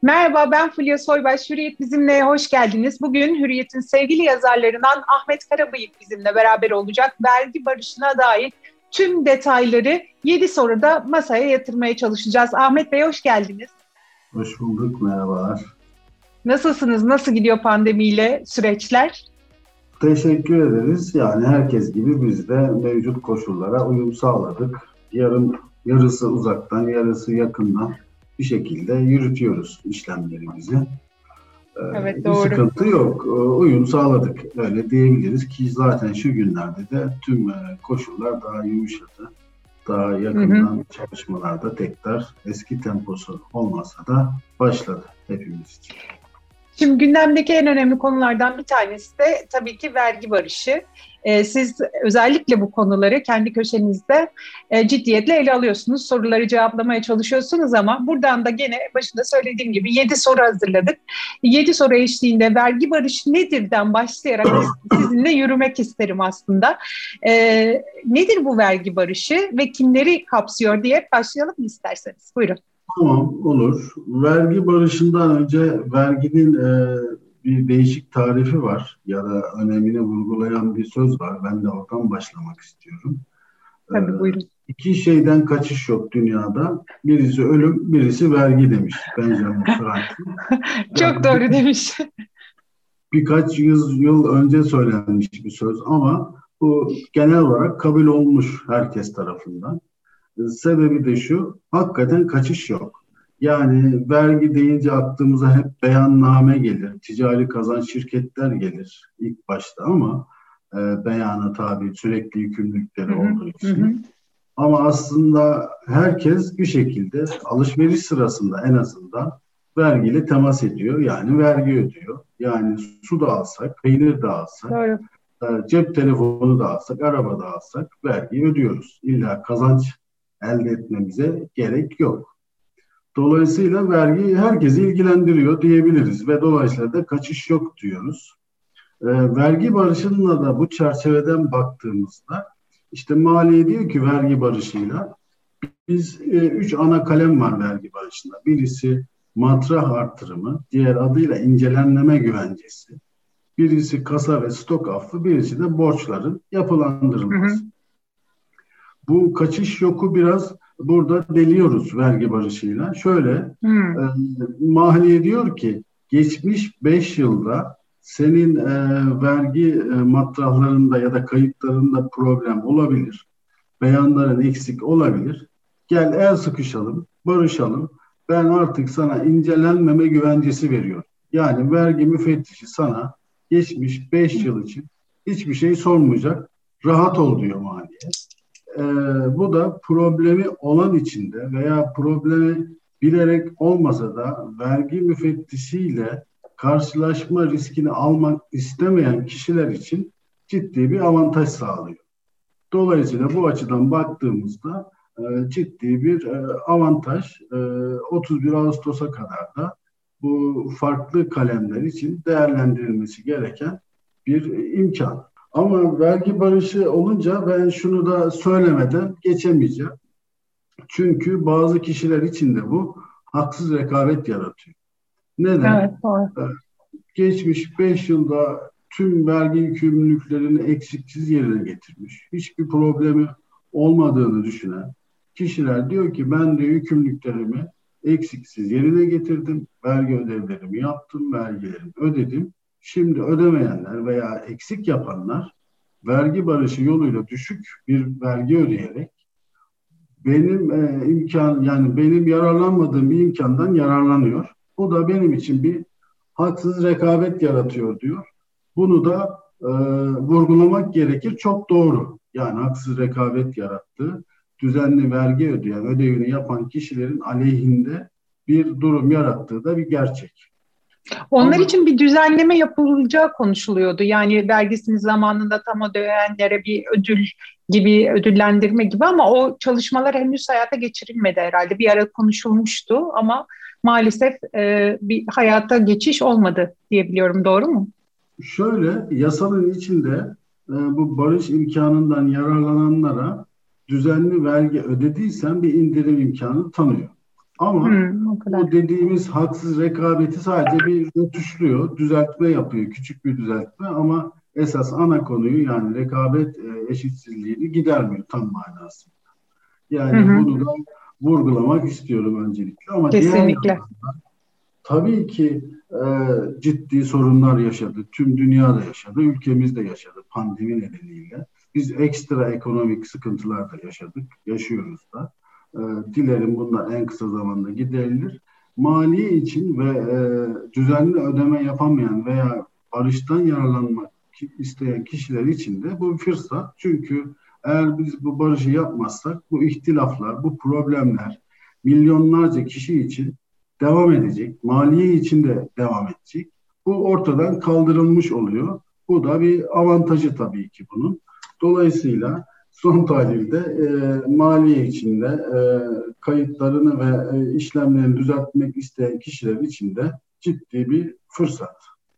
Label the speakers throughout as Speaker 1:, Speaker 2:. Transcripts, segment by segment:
Speaker 1: Merhaba, ben Fulya Soybaş. Hürriyet bizimle hoş geldiniz. Bugün Hürriyet'in sevgili yazarlarından Ahmet Karabıyık bizimle beraber olacak. Vergi barışına dair tüm detayları 7 soruda masaya yatırmaya çalışacağız. Ahmet Bey hoş geldiniz.
Speaker 2: Hoş bulduk, merhabalar.
Speaker 1: Nasılsınız? Nasıl gidiyor pandemiyle süreçler?
Speaker 2: Teşekkür ederiz. Yani herkes gibi biz de mevcut koşullara uyum sağladık. Yarısı uzaktan, yarısı yakından bir şekilde yürütüyoruz işlemlerimizi.
Speaker 1: Evet,
Speaker 2: Bir
Speaker 1: doğru.
Speaker 2: sıkıntı yok. Uyum sağladık. Öyle diyebiliriz ki zaten şu günlerde de tüm koşullar daha yumuşadı. Daha
Speaker 1: Hı hı.
Speaker 2: yakından çalışmalarda tekrar eski temposu olmasa da başladı hepimiz için.
Speaker 1: Şimdi gündemdeki en önemli konulardan bir tanesi de tabii ki vergi barışı. Siz özellikle bu konuları kendi köşenizde ciddiyetle ele alıyorsunuz. Soruları cevaplamaya çalışıyorsunuz ama buradan da gene başında söylediğim gibi 7 soru hazırladık. 7 soru eşliğinde vergi barışı nedirden başlayarak sizinle yürümek isterim aslında. Nedir bu vergi barışı ve kimleri kapsıyor diye başlayalım mı isterseniz? Buyurun.
Speaker 2: Tamam, olur. Vergi barışından önce verginin bir değişik tarifi var ya da önemini vurgulayan bir söz var. Ben de oradan başlamak istiyorum. E,
Speaker 1: Tabii buyurun.
Speaker 2: iki şeyden kaçış yok dünyada. Birisi ölüm, birisi vergi demiş Benjamin Franklin.
Speaker 1: Çok
Speaker 2: Yani
Speaker 1: doğru demiş.
Speaker 2: birkaç yüzyıl önce söylenmiş bir söz ama bu genel olarak kabul olmuş herkes tarafından. Sebebi de şu, hakikaten kaçış yok. Yani vergi deyince aklımıza hep beyanname gelir, ticari kazanç şirketler gelir ilk başta ama beyana tabi sürekli
Speaker 1: Hı
Speaker 2: yükümlülükleri
Speaker 1: hı,
Speaker 2: olduğu
Speaker 1: hı hı.
Speaker 2: için. Ama aslında herkes bir şekilde alışveriş sırasında en azından vergiyle temas ediyor. Yani vergi ödüyor. Yani su da alsak, peynir de alsak,
Speaker 1: Doğru.
Speaker 2: cep telefonu da alsak, araba da alsak vergi ödüyoruz. İlla kazanç elde etmemize gerek yok. Dolayısıyla vergi herkesi ilgilendiriyor diyebiliriz ve dolayısıyla da kaçış yok diyoruz. Vergi barışına da bu çerçeveden baktığımızda işte maliye diyor ki vergi barışıyla biz üç ana kalem var vergi barışında. Birisi matrah artırımı, diğer adıyla incelenmeme güvencesi. Birisi kasa ve stok affı, birisi de borçların
Speaker 1: Hı hı.
Speaker 2: yapılandırılması. Bu kaçış yoku biraz burada deliyoruz vergi barışıyla. Şöyle,
Speaker 1: Hı
Speaker 2: e, Maliye diyor ki geçmiş 5 yılda senin vergi matrahlarında ya da kayıtlarında problem olabilir. Beyanların eksik olabilir. Gel el sıkışalım, barışalım. Ben artık sana incelenmeme güvencesi veriyorum. Yani vergi müfettişi sana geçmiş 5 yıl için hiçbir şey sormayacak. Rahat ol diyor maliye. e, Bu da problemi olan içinde veya problemi bilerek olmasa da vergi müfettişiyle karşılaşma riskini almak istemeyen kişiler için ciddi bir avantaj sağlıyor. Dolayısıyla bu açıdan baktığımızda ciddi bir avantaj. 31 Ağustos'a kadar da bu farklı kalemler için değerlendirilmesi gereken bir imkan. Ama vergi barışı olunca ben şunu da söylemeden geçemeyeceğim. Çünkü bazı kişiler için de bu haksız rekabet yaratıyor. Neden?
Speaker 1: Evet, doğru.
Speaker 2: Ee, Geçmiş 5 yılda tüm vergi yükümlülüklerini eksiksiz yerine getirmiş. Hiçbir problemi olmadığını düşünen kişiler diyor ki ben de yükümlülüklerimi eksiksiz yerine getirdim. Vergi ödevlerimi yaptım, vergilerimi ödedim. Şimdi ödemeyenler veya eksik yapanlar vergi barışı yoluyla düşük bir vergi ödeyerek benim yani benim yararlanmadığım bir imkandan yararlanıyor. Bu da benim için bir haksız rekabet yaratıyor diyor. Bunu da vurgulamak gerekir. Çok doğru. Yani haksız rekabet yarattığı, düzenli vergi ödeyen, ödevini yapan kişilerin aleyhinde bir durum yarattığı da bir gerçek.
Speaker 1: Onlar
Speaker 2: Ama
Speaker 1: için bir düzenleme yapılacağı konuşuluyordu. Yani vergisini zamanında tam ödeyenlere bir ödül gibi, ödüllendirme gibi ama o çalışmalar henüz hayata geçirilmedi herhalde. Bir ara konuşulmuştu ama maalesef bir hayata geçiş olmadı diyebiliyorum. Doğru mu?
Speaker 2: şöyle yasanın içinde bu barış imkanından yararlananlara düzenli vergi ödediysen bir indirim imkanı tanıyor. Ama
Speaker 1: O kadar.
Speaker 2: bu dediğimiz haksız rekabeti sadece bir rötuşluyor, düzeltme yapıyor, küçük bir düzeltme ama esas ana konuyu yani rekabet eşitsizliğini gidermiyor tam manasında.
Speaker 1: Hı
Speaker 2: Yani
Speaker 1: hı.
Speaker 2: bunu da vurgulamak istiyorum öncelikle. Ama diğer
Speaker 1: Kesinlikle.
Speaker 2: yandan tabii ki ciddi sorunlar yaşadı. Tüm dünya da yaşadı, ülkemiz de yaşadı pandemi nedeniyle. Biz ekstra ekonomik sıkıntılar da yaşadık, yaşıyoruz da. E, Dilerim bunlar en kısa zamanda giderilir. Maliye için ve düzenli ödeme yapamayan veya barıştan yararlanmak isteyen kişiler için de bu bir fırsat. Çünkü eğer biz bu barışı yapmazsak bu ihtilaflar, bu problemler milyonlarca kişi için devam edecek. Maliye için de devam edecek. Bu ortadan kaldırılmış oluyor. Bu da bir avantajı tabii ki bunun. Dolayısıyla son tahlilde maliye içinde kayıtlarını ve işlemlerini düzeltmek isteyen kişiler için de ciddi bir fırsat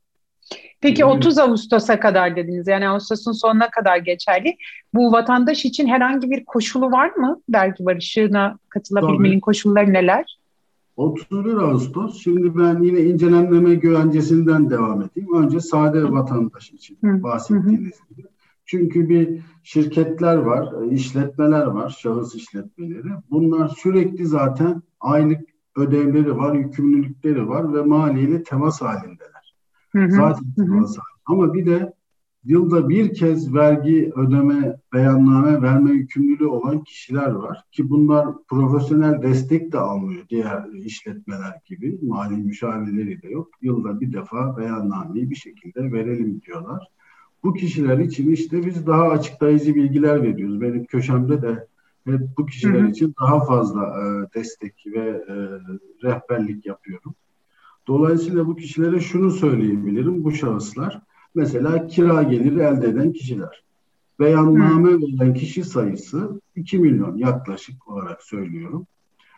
Speaker 1: Peki
Speaker 2: diyebilirim.
Speaker 1: 30 Ağustos'a kadar dediniz. Yani Ağustos'un sonuna kadar geçerli. Bu vatandaş için herhangi bir koşulu var mı? Vergi barışına
Speaker 2: Tabii
Speaker 1: katılabilmenin koşulları neler?
Speaker 2: 31 Ağustos. Şimdi ben yine incelenmeme güvencesinden devam edeyim. Önce sade vatandaş için
Speaker 1: Hı hı.
Speaker 2: bahsettiğiniz gibi. Çünkü bir şirketler var, işletmeler var, şahıs işletmeleri. Bunlar sürekli zaten aylık ödevleri var, yükümlülükleri var ve maliyeyle temas halindeler.
Speaker 1: Hı hı.
Speaker 2: Zaten
Speaker 1: Hı hı.
Speaker 2: temas halinde. Ama bir de yılda bir kez vergi ödeme, beyanname verme yükümlülüğü olan kişiler var ki bunlar profesyonel destek de almıyor diğer işletmeler gibi. Mali müşavirleri de yok. Yılda bir defa beyannameyi bir şekilde verelim diyorlar. Bu kişiler için işte biz daha açıklayıcı bilgiler veriyoruz. Benim köşemde de hep bu
Speaker 1: Hı
Speaker 2: kişiler
Speaker 1: hı.
Speaker 2: için daha fazla destek ve rehberlik yapıyorum. Dolayısıyla bu kişilere şunu söyleyebilirim. Bu şahıslar mesela kira geliri elde eden kişiler.
Speaker 1: Hı.
Speaker 2: Beyanname verilen kişi sayısı 2 milyon yaklaşık olarak söylüyorum.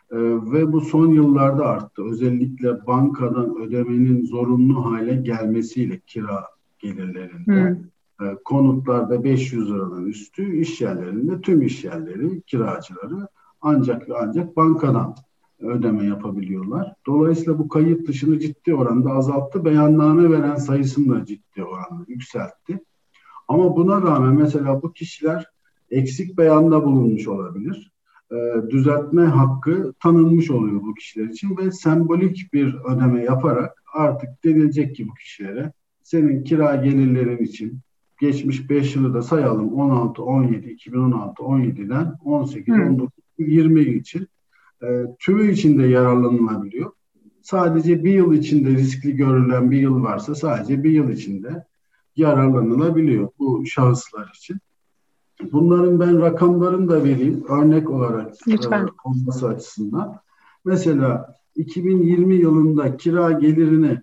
Speaker 2: Ve bu son yıllarda arttı. Özellikle bankadan ödemenin zorunlu hale gelmesiyle kira gelirlerinde.
Speaker 1: Hı.
Speaker 2: Konutlarda 500 liranın üstü, iş yerlerinde tüm iş yerleri, kiracıları ancak ve ancak bankadan ödeme yapabiliyorlar. Dolayısıyla bu kayıt dışını ciddi oranda azalttı. Beyanname veren sayısını da ciddi oranda yükseltti. Ama buna rağmen mesela bu kişiler eksik beyanda bulunmuş olabilir. Düzeltme hakkı tanınmış oluyor bu kişiler için ve sembolik bir ödeme yaparak artık denilecek ki bu kişilere senin kira gelirlerin için geçmiş 5 yılı da sayalım 16, 17, 2016, 17'den 18,
Speaker 1: Hı.
Speaker 2: 19, 20 için tümü içinde yararlanılabiliyor. Sadece bir yıl içinde riskli görülen bir yıl varsa sadece bir yıl içinde yararlanılabiliyor bu şahıslar için. Bunların ben rakamlarını da vereyim örnek olarak
Speaker 1: Lütfen.
Speaker 2: olması açısından. Mesela 2020 yılında kira gelirini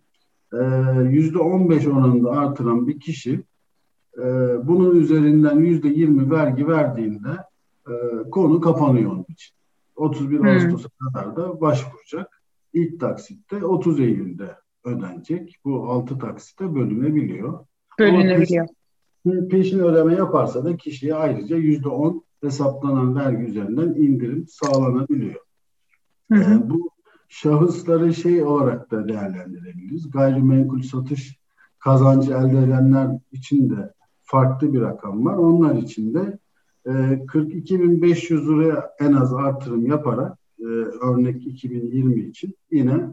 Speaker 2: %15 oranında artıran bir kişi e, bunun üzerinden %20 vergi verdiğinde e, konu kapanıyor onun için. 31
Speaker 1: Hı.
Speaker 2: Ağustos'a kadar da başvuracak. İlk taksitte 30 Eylül'de ödenecek. Bu 6 taksitte bölünebiliyor. Ama
Speaker 1: Bölünebiliyor.
Speaker 2: peşin ödeme yaparsa da kişiye ayrıca %10 hesaplanan vergi üzerinden indirim sağlanabiliyor.
Speaker 1: Hı hı.
Speaker 2: Bu şahısları şey olarak da değerlendirebiliriz. Gayrimenkul satış kazancı elde edenler için de farklı bir rakam var. Onlar için de 42.500 liraya en az artırım yaparak örnek 2020 için yine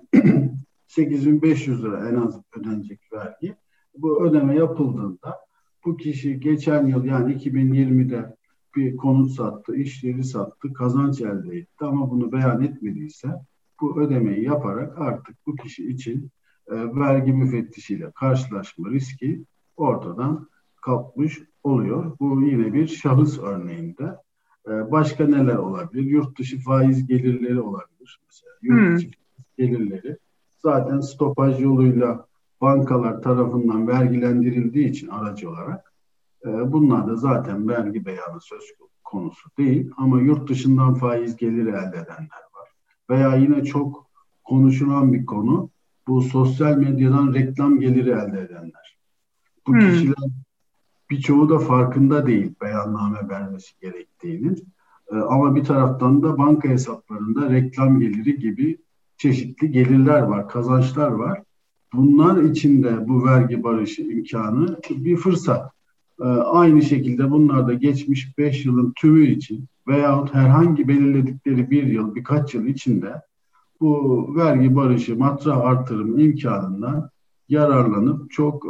Speaker 2: 8.500 lira en az ödenecek vergi. Bu ödeme yapıldığında bu kişi geçen yıl yani 2020'de bir konut sattı, iş yeri sattı, kazanç elde etti ama bunu beyan etmediyse bu ödemeyi yaparak artık bu kişi için vergi müfettişiyle karşılaşma riski ortadan kalkmış oluyor. Bu yine bir şahıs örneğinde. Başka neler olabilir? Yurt dışı faiz gelirleri olabilir. Mesela yurt
Speaker 1: Hı.
Speaker 2: içi gelirleri zaten stopaj yoluyla bankalar tarafından vergilendirildiği için aracı olarak bunlar da zaten vergi beyanı söz konusu değil. Ama yurt dışından faiz geliri elde edenler var. Veya yine çok konuşulan bir konu bu sosyal medyadan reklam geliri elde edenler. Bu
Speaker 1: Hı.
Speaker 2: kişiler birçoğu da farkında değil beyanname vermesi gerektiğinin. Ama bir taraftan da banka hesaplarında reklam geliri gibi çeşitli gelirler var, kazançlar var. Bunlar için de bu vergi barışı imkanı bir fırsat. Aynı şekilde bunlar da geçmiş 5 yılın tümü için veyahut herhangi belirledikleri bir yıl, birkaç yıl içinde bu vergi barışı, matrah artırım imkanından yararlanıp çok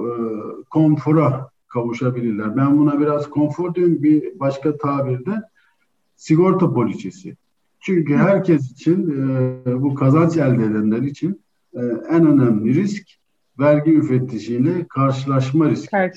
Speaker 2: konfora kavuşabilirler. Ben buna biraz konfor diyorum, bir başka tabirde sigorta poliçesi. Çünkü herkes için bu kazanç elde edenler için en önemli risk vergi müfettişiyle karşılaşma riski.
Speaker 1: Evet.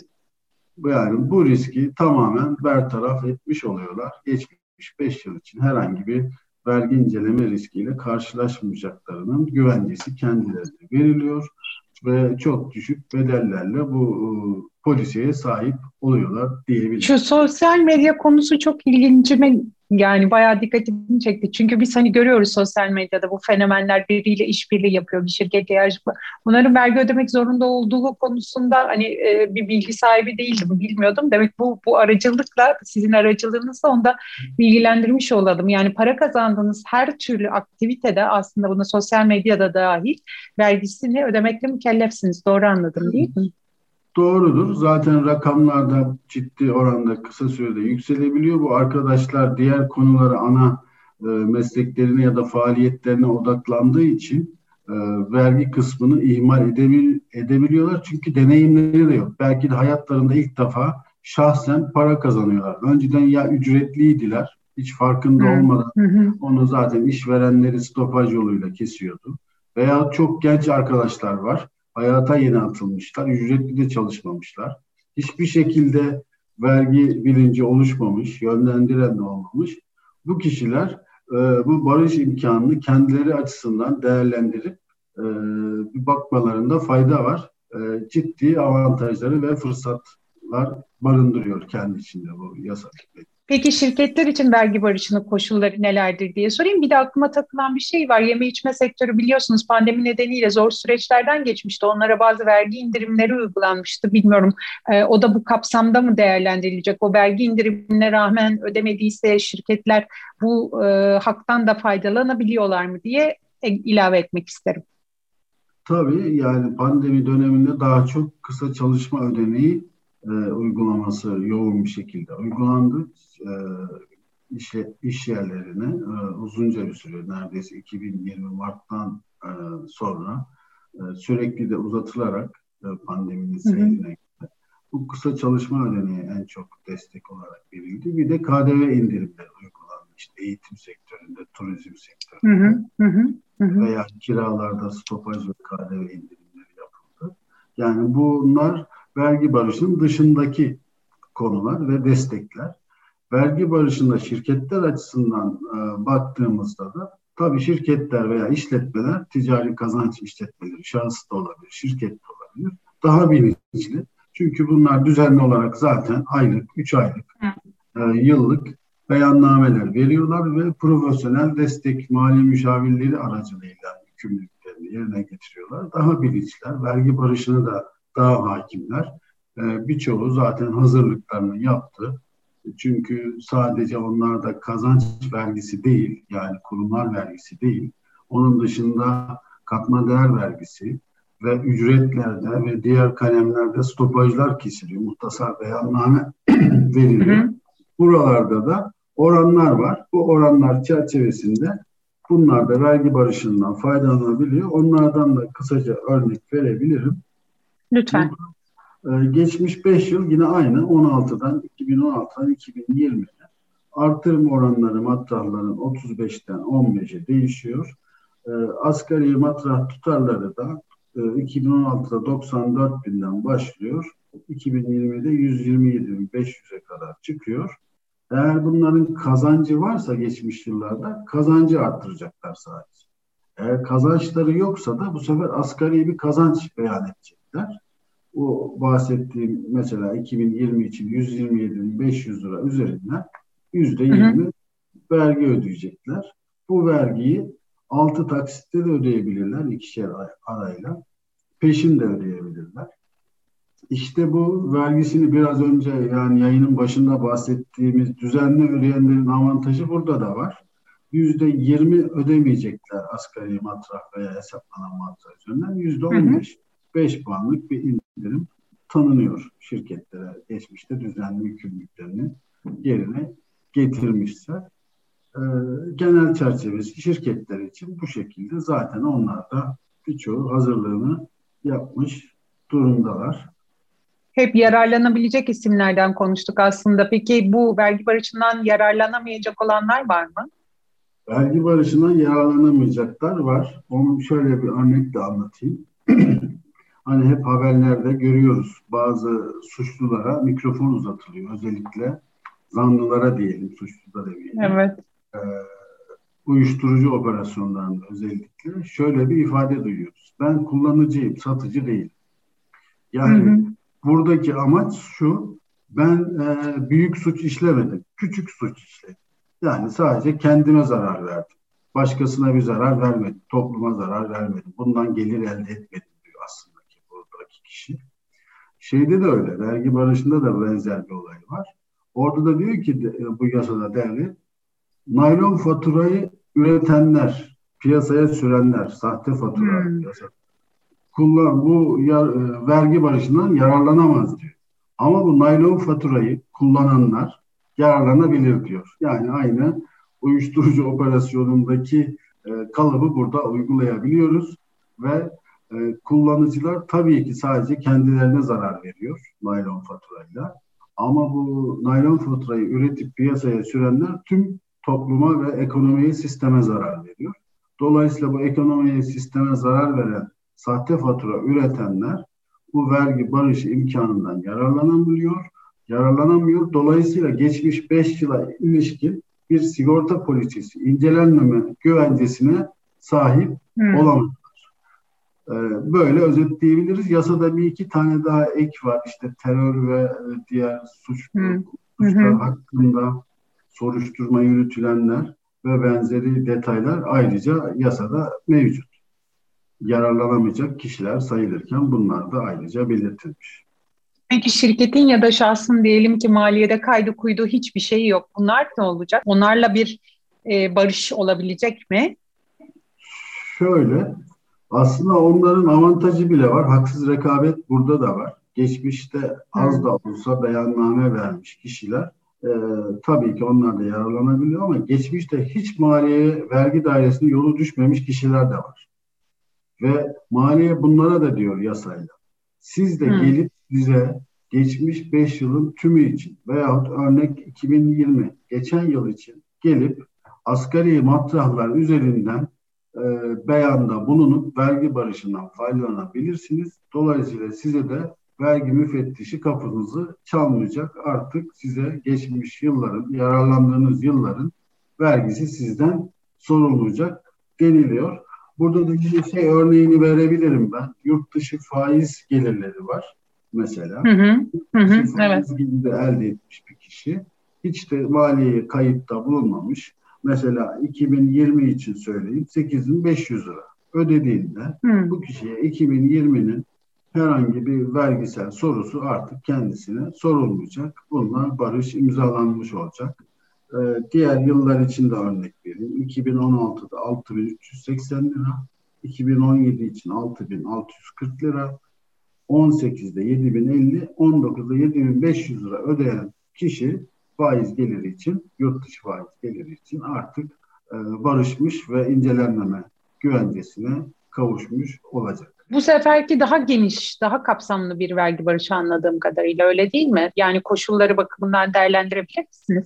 Speaker 2: Yani bu riski tamamen bertaraf etmiş oluyorlar. Geçmiş 5 yıl için herhangi bir vergi inceleme riskiyle karşılaşmayacaklarının güvencesi kendilerine veriliyor ve çok düşük bedellerle bu polisiye sahip oluyorlar diyebilirim.
Speaker 1: Şu sosyal medya konusu çok ilgincime yani bayağı dikkatimi çekti. Çünkü biz hani görüyoruz sosyal medyada bu fenomenler biriyle işbirliği yapıyor, bir şirketle yarışma. Bunların vergi ödemek zorunda olduğu konusunda hani bir bilgi sahibi değildim, bilmiyordum. Demek bu aracılıkla, sizin aracılığınızla onu da bilgilendirmiş olalım. Yani para kazandığınız her türlü aktivitede aslında buna sosyal medyada dahil vergisini ödemekle mükellefsiniz. Doğru anladım değil mi?
Speaker 2: Doğrudur. Zaten rakamlar da ciddi oranda kısa sürede yükselebiliyor. Bu arkadaşlar diğer konulara, ana mesleklerine ya da faaliyetlerine odaklandığı için vergi kısmını ihmal edebiliyorlar. Çünkü deneyimleri de yok. Belki de hayatlarında ilk defa şahsen para kazanıyorlar. Önceden ya ücretliydiler, hiç farkında
Speaker 1: Hı
Speaker 2: olmadan
Speaker 1: hı. Hı.
Speaker 2: onu zaten işverenleri stopaj yoluyla kesiyordu. Veya çok genç arkadaşlar var. Hayata yeni atılmışlar. Ücretli de çalışmamışlar. Hiçbir şekilde vergi bilinci oluşmamış, yönlendiren de olmamış. Bu kişiler bu barış imkanını kendileri açısından değerlendirip bir bakmalarında fayda var. Ciddi avantajları ve fırsatlar barındırıyor kendi içinde bu yasa.
Speaker 1: Peki şirketler için vergi barışının koşulları nelerdir diye sorayım. Bir de aklıma takılan bir şey var. Yeme içme sektörü biliyorsunuz pandemi nedeniyle zor süreçlerden geçmişti. Onlara bazı vergi indirimleri uygulanmıştı. Bilmiyorum o da bu kapsamda mı değerlendirilecek? O vergi indirimine rağmen ödemediyse şirketler bu haktan da faydalanabiliyorlar mı diye ilave etmek isterim.
Speaker 2: Tabii, yani pandemi döneminde daha çok kısa çalışma ödeneği uygulaması yoğun bir şekilde uygulandı. E, iş yerlerine uzunca bir süre, neredeyse 2020 Mart'tan sonra sürekli de uzatılarak pandeminin
Speaker 1: Hı hı.
Speaker 2: seyrine bu kısa çalışma ödeneği en çok destek olarak verildi. Bir de KDV indirimleri uygulandı. İşte eğitim sektöründe, turizm
Speaker 1: Hı hı.
Speaker 2: sektöründe
Speaker 1: Hı hı. Hı hı.
Speaker 2: veya kiralarda stopaj ve KDV indirimleri yapıldı. Yani bunlar vergi barışının dışındaki konular ve destekler. Vergi barışında şirketler açısından baktığımızda da tabii şirketler veya işletmeler, ticari kazanç işletmeleri, şahıs da olabilir, şirket de olabilir, daha bilinçli. Çünkü bunlar düzenli olarak zaten aylık, 3 aylık, yıllık beyannameler veriyorlar ve profesyonel destek mali müşavirleri aracılığıyla yükümlülüklerini yerine getiriyorlar. Daha bilinçler, vergi barışına da daha hakimler. Birçoğu zaten hazırlıklarını yaptı. Çünkü sadece onlarda kazanç vergisi değil, yani kurumlar vergisi değil, onun dışında katma değer vergisi ve ücretlerde ve diğer kalemlerde stopajlar kesiliyor. Muhtasar beyanname
Speaker 1: Hı
Speaker 2: veriliyor.
Speaker 1: hı.
Speaker 2: Buralarda da oranlar var. Bu oranlar çerçevesinde bunlar da vergi barışından faydalanabiliyor. Onlardan da kısaca örnek verebilirim.
Speaker 1: Lütfen.
Speaker 2: Bu geçmiş 5 yıl yine aynı 2016'dan 2020'ye artırım oranları matrahların 35'ten 15'e değişiyor. Asgari matrah tutarları da 2016'da 94 binden başlıyor. 2020'de 127.500'e kadar çıkıyor. Eğer bunların kazancı varsa geçmiş yıllarda kazancı arttıracaklar sadece. Eğer kazançları yoksa da bu sefer asgari bir kazanç beyan edecekler. O bahsettiğim mesela 2020 için 127.500 lira üzerinden
Speaker 1: Hı hı.
Speaker 2: %20 vergi ödeyecekler. Bu vergiyi 6 taksitte de ödeyebilirler, ikişer arayla. Peşin de ödeyebilirler. İşte bu vergisini biraz önce yani yayının başında bahsettiğimiz düzenli ödeyenlerin avantajı burada da var. %20 ödemeyecekler asgari matrah veya hesaplanan matrah üzerinden. %15, 5 puanlık bir indirim tanınıyor şirketlere geçmişte düzenli yükümlülüklerini yerine getirmişse. Genel çerçevesi şirketler için bu şekilde zaten onlar da birçoğu hazırlığını yapmış durumdalar.
Speaker 1: Hep yararlanabilecek isimlerden konuştuk aslında. Peki bu vergi barışından yararlanamayacak olanlar var mı?
Speaker 2: Vergi barışından yararlanamayacaklar var. Onu şöyle bir örnekle anlatayım. Hani hep haberlerde görüyoruz bazı suçlulara mikrofon uzatılıyor. Özellikle zanlılara diyelim, suçlu da demeyelim.
Speaker 1: Evet.
Speaker 2: Uyuşturucu operasyonlarında özellikle şöyle bir ifade duyuyoruz. Ben kullanıcıyım, satıcı değilim. Yani buradaki amaç şu, ben büyük suç işlemedim, küçük suç işledim. Yani sadece kendime zarar verdim. Başkasına bir zarar vermedim, topluma zarar vermedim. Bundan gelir elde etmedim diyor aslında ki buradaki kişi. Şeyde de öyle, vergi barışında da benzer bir olay var. Orada da diyor ki bu yasada devlet, naylon faturayı üretenler, piyasaya sürenler, sahte fatura vergi barışından yararlanamaz diyor. Ama bu naylon faturayı kullananlar yararlanabilir diyor. Yani aynı uyuşturucu operasyonundaki kalıbı burada uygulayabiliyoruz ve kullanıcılar tabii ki sadece kendilerine zarar veriyor naylon faturayla. Ama bu naylon faturayı üretip piyasaya sürenler tüm topluma ve ekonomiye, sisteme zarar veriyor. Dolayısıyla bu ekonomiye, sisteme zarar veren sahte fatura üretenler bu vergi barışı imkanından yararlanamıyor. Dolayısıyla geçmiş 5 yıla ilişkin bir sigorta poliçesi, incelenmeme güvencesine sahip olamazlar. Böyle özetleyebiliriz. Yasada bir iki tane daha ek var. İşte terör ve diğer suçlar hakkında soruşturma yürütülenler ve benzeri detaylar ayrıca yasada mevcut. Yararlanamayacak kişiler sayılırken bunlar da ayrıca belirtilmiş.
Speaker 1: Peki şirketin ya da şahsın diyelim ki maliyede kaydı kuydu hiçbir şey yok. Bunlar ne olacak? Onlarla bir barış olabilecek mi?
Speaker 2: Şöyle, aslında onların avantajı bile var. Haksız rekabet burada da var. Geçmişte az da olsa beyanname vermiş kişiler tabii ki onlar da yararlanabiliyor ama geçmişte hiç maliye vergi dairesine yolu düşmemiş kişiler de var. Ve maliye bunlara da diyor yasayla. Siz de gelip bize geçmiş 5 yılın tümü için veyahut örnek 2020 geçen yıl için gelip asgari matrahlar üzerinden beyanda bulunup vergi barışından faydalanabilirsiniz. Dolayısıyla size de vergi müfettişi kapınızı çalmayacak. Artık size geçmiş yılların, yararlandığınız yılların vergisi sizden sorulmayacak deniliyor. Burada da bir örneğini verebilirim ben. Yurt dışı faiz gelirleri var mesela. Faiz geliri elde etmiş bir kişi. Hiç de maliye kayıtta bulunmamış. Mesela 2020 için söyleyeyim 8.500 lira ödediğinde bu kişiye 2020'nin herhangi bir vergisel sorusu artık kendisine sorulmayacak. Bunlar barış imzalanmış olacak. Diğer yıllar için de örnek vereyim. 2016'da 6.380 lira, 2017 için 6.640 lira, 18'de 7.050, 19'da 7.500 lira ödeyen kişi faiz geliri için, yurt dışı faiz geliri için artık barışmış ve incelenmeme güvencesine kavuşmuş olacak.
Speaker 1: Bu seferki daha geniş, daha kapsamlı bir vergi barışı anladığım kadarıyla öyle değil mi? Yani koşulları bakımından değerlendirebilir misiniz?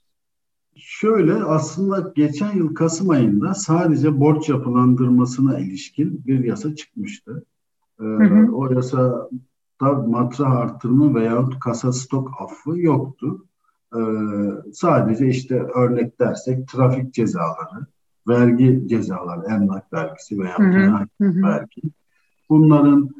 Speaker 2: Şöyle aslında geçen yıl Kasım ayında sadece borç yapılandırmasına ilişkin bir yasa çıkmıştı. O yasada matrah artırımı veyahut kasa stok affı yoktu. Sadece işte örnek dersek trafik cezaları, vergi cezaları, emlak vergisi veyahut vergi. Bunların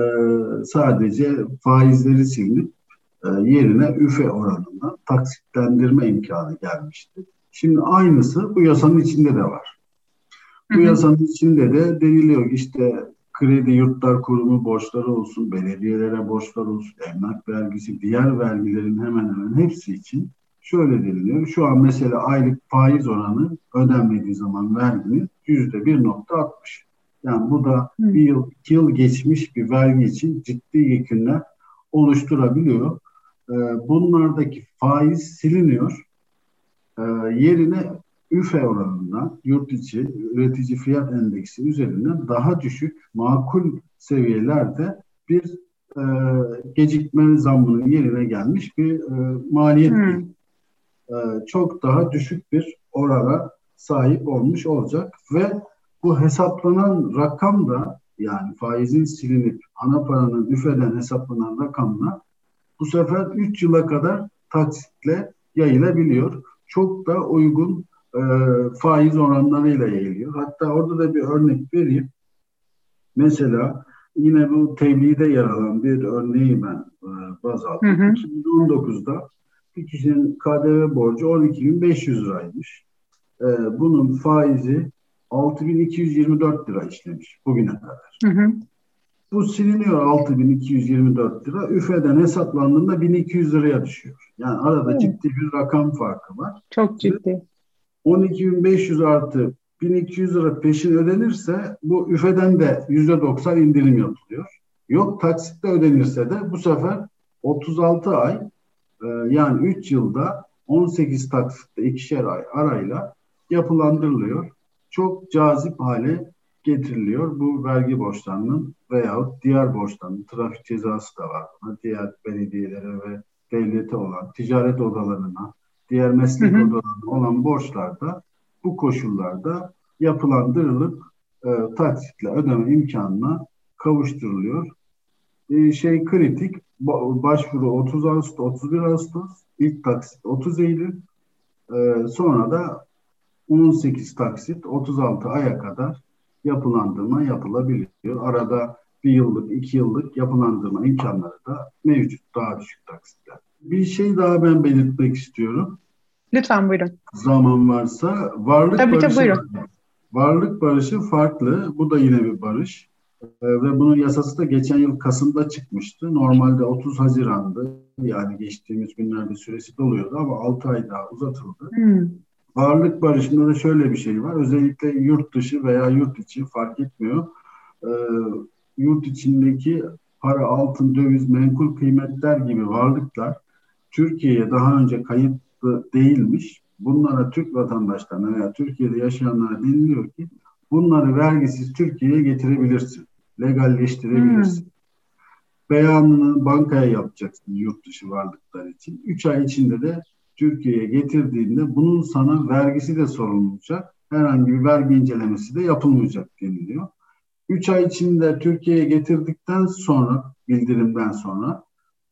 Speaker 2: sadece faizleri silinip yerine üfe oranında taksitlendirme imkanı gelmişti. Şimdi aynısı bu yasanın içinde de var. Bu yasanın içinde de deniliyor işte Kredi Yurtlar Kurumu borçları olsun, belediyelere borçlar olsun, emlak vergisi, diğer vergilerin hemen hemen hepsi için şöyle deniliyor. Şu an mesela aylık faiz oranı ödenmediği zaman verginin %1,60. Yani bu da bir yıl, 2 yıl geçmiş bir vergi için ciddi yükünler oluşturabiliyor. Bunlardaki faiz siliniyor. Yerine üfe oranından, yurt içi üretici fiyat endeksi üzerinden daha düşük, makul seviyelerde bir gecikme zammının yerine gelmiş bir maliyet geliyor. Çok daha düşük bir orana sahip olmuş olacak ve bu hesaplanan rakam da, yani faizin silinip ana paranın üfeden hesaplanan rakamla bu sefer 3 yıla kadar taksitle yayılabiliyor. Çok da uygun faiz oranlarıyla yayılıyor. Hatta orada da bir örnek vereyim. Mesela yine bu tebliğde yer alan bir örneği ben baz aldım. 2019'da bir kişinin KDV borcu 12.500 liraymış. Bunun faizi 6.224 lira işlemiş bugüne kadar. Bu siliniyor 6.224 lira. Üfeden hesaplandığında 1.200 liraya düşüyor. Yani arada ciddi bir rakam farkı var.
Speaker 1: Çok ciddi.
Speaker 2: 12.500 artı 1.200 lira peşin ödenirse bu üfeden de %90 indirim yapılıyor. Yok taksitle ödenirse de bu sefer 36 ay yani 3 yılda 18 taksitte 2'şer ay arayla yapılandırılıyor. Çok cazip hale getiriliyor bu vergi borçlarının veyahut diğer borçlarının. Trafik cezası da var. Diğer belediyelere ve devlete olan, ticaret odalarına, diğer meslek odalarına olan borçlarda bu koşullarda yapılandırılıp taksitle ödeme imkanına kavuşturuluyor. Kritik, başvuru 30 Ağustos, 31 Ağustos, ilk taksit 30 Eylül, sonra da 18 taksit 36 aya kadar yapılandırma yapılabiliyor. Arada 1 yıllık, 2 yıllık yapılandırma imkanları da mevcut, daha düşük taksitler. Bir şey daha ben belirtmek istiyorum.
Speaker 1: Lütfen buyurun.
Speaker 2: Zaman varsa.
Speaker 1: Tabii buyurun.
Speaker 2: Varlık barışı farklı. Bu da yine bir barış. Ve bunun yasası da geçen yıl Kasım'da çıkmıştı. Normalde 30 Haziran'dı. Yani geçtiğimiz günlerde süresi doluyordu ama 6 ay daha uzatıldı. Varlık barışında da şöyle bir şey var. Özellikle yurt dışı veya yurt içi fark etmiyor. Yurt içindeki para, altın, döviz, menkul kıymetler gibi varlıklar Türkiye'ye daha önce kayıtlı değilmiş. Bunlara Türk vatandaşlarına veya Türkiye'de yaşayanlara deniliyor ki bunları vergisiz Türkiye'ye getirebilirsin. Legalleştirebilirsin. Beyanını bankaya yapacaksın yurt dışı varlıklar için. 3 ay içinde de Türkiye'ye getirdiğinde bunun sana vergisi de sorulmayacak. Herhangi bir vergi incelemesi de yapılmayacak deniliyor. 3 ay içinde Türkiye'ye getirdikten sonra, bildirimden sonra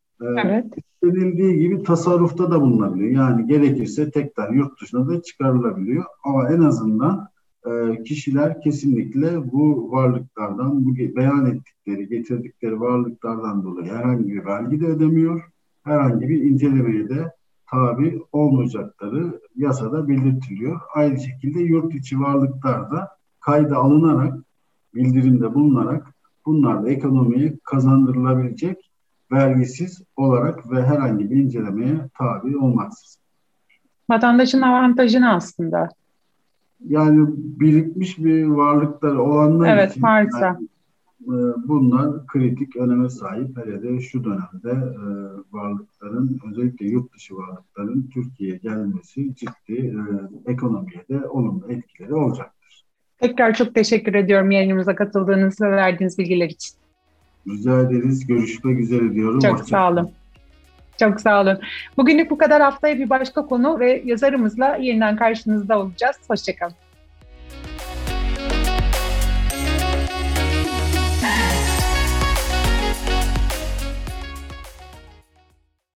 Speaker 2: denildiği gibi tasarrufta da bulunabiliyor. Yani gerekirse tekrar yurt dışına da çıkarılabiliyor. Ama en azından kişiler kesinlikle bu varlıklardan, bu beyan ettikleri, getirdikleri varlıklardan dolayı herhangi bir vergi de ödemiyor. Herhangi bir incelemeye de tabi olmayacakları yasada belirtiliyor. Aynı şekilde yurt içi varlıklar da kayda alınarak, bildirimde bulunarak bunlar da ekonomiye kazandırılabilecek vergisiz olarak ve herhangi bir incelemeye tabi olmaksızın.
Speaker 1: Vatandaşın avantajını aslında.
Speaker 2: Yani birikmiş bir varlıkları olanlar için
Speaker 1: varsa.
Speaker 2: Bunlar kritik öneme sahip. Hele de şu dönemde varlıkların, özellikle yurt dışı varlıkların Türkiye'ye gelmesi ciddi ekonomiye de olumlu etkileri olacaktır.
Speaker 1: Tekrar çok teşekkür ediyorum yayınımıza katıldığınız ve verdiğiniz bilgiler için.
Speaker 2: Rica ederiz. Görüşmek üzere diyorum.
Speaker 1: Çok sağ olun. Çok sağ olun. Bugünlük bu kadar. Haftaya bir başka konu ve yazarımızla yeniden karşınızda olacağız. Hoşçakalın.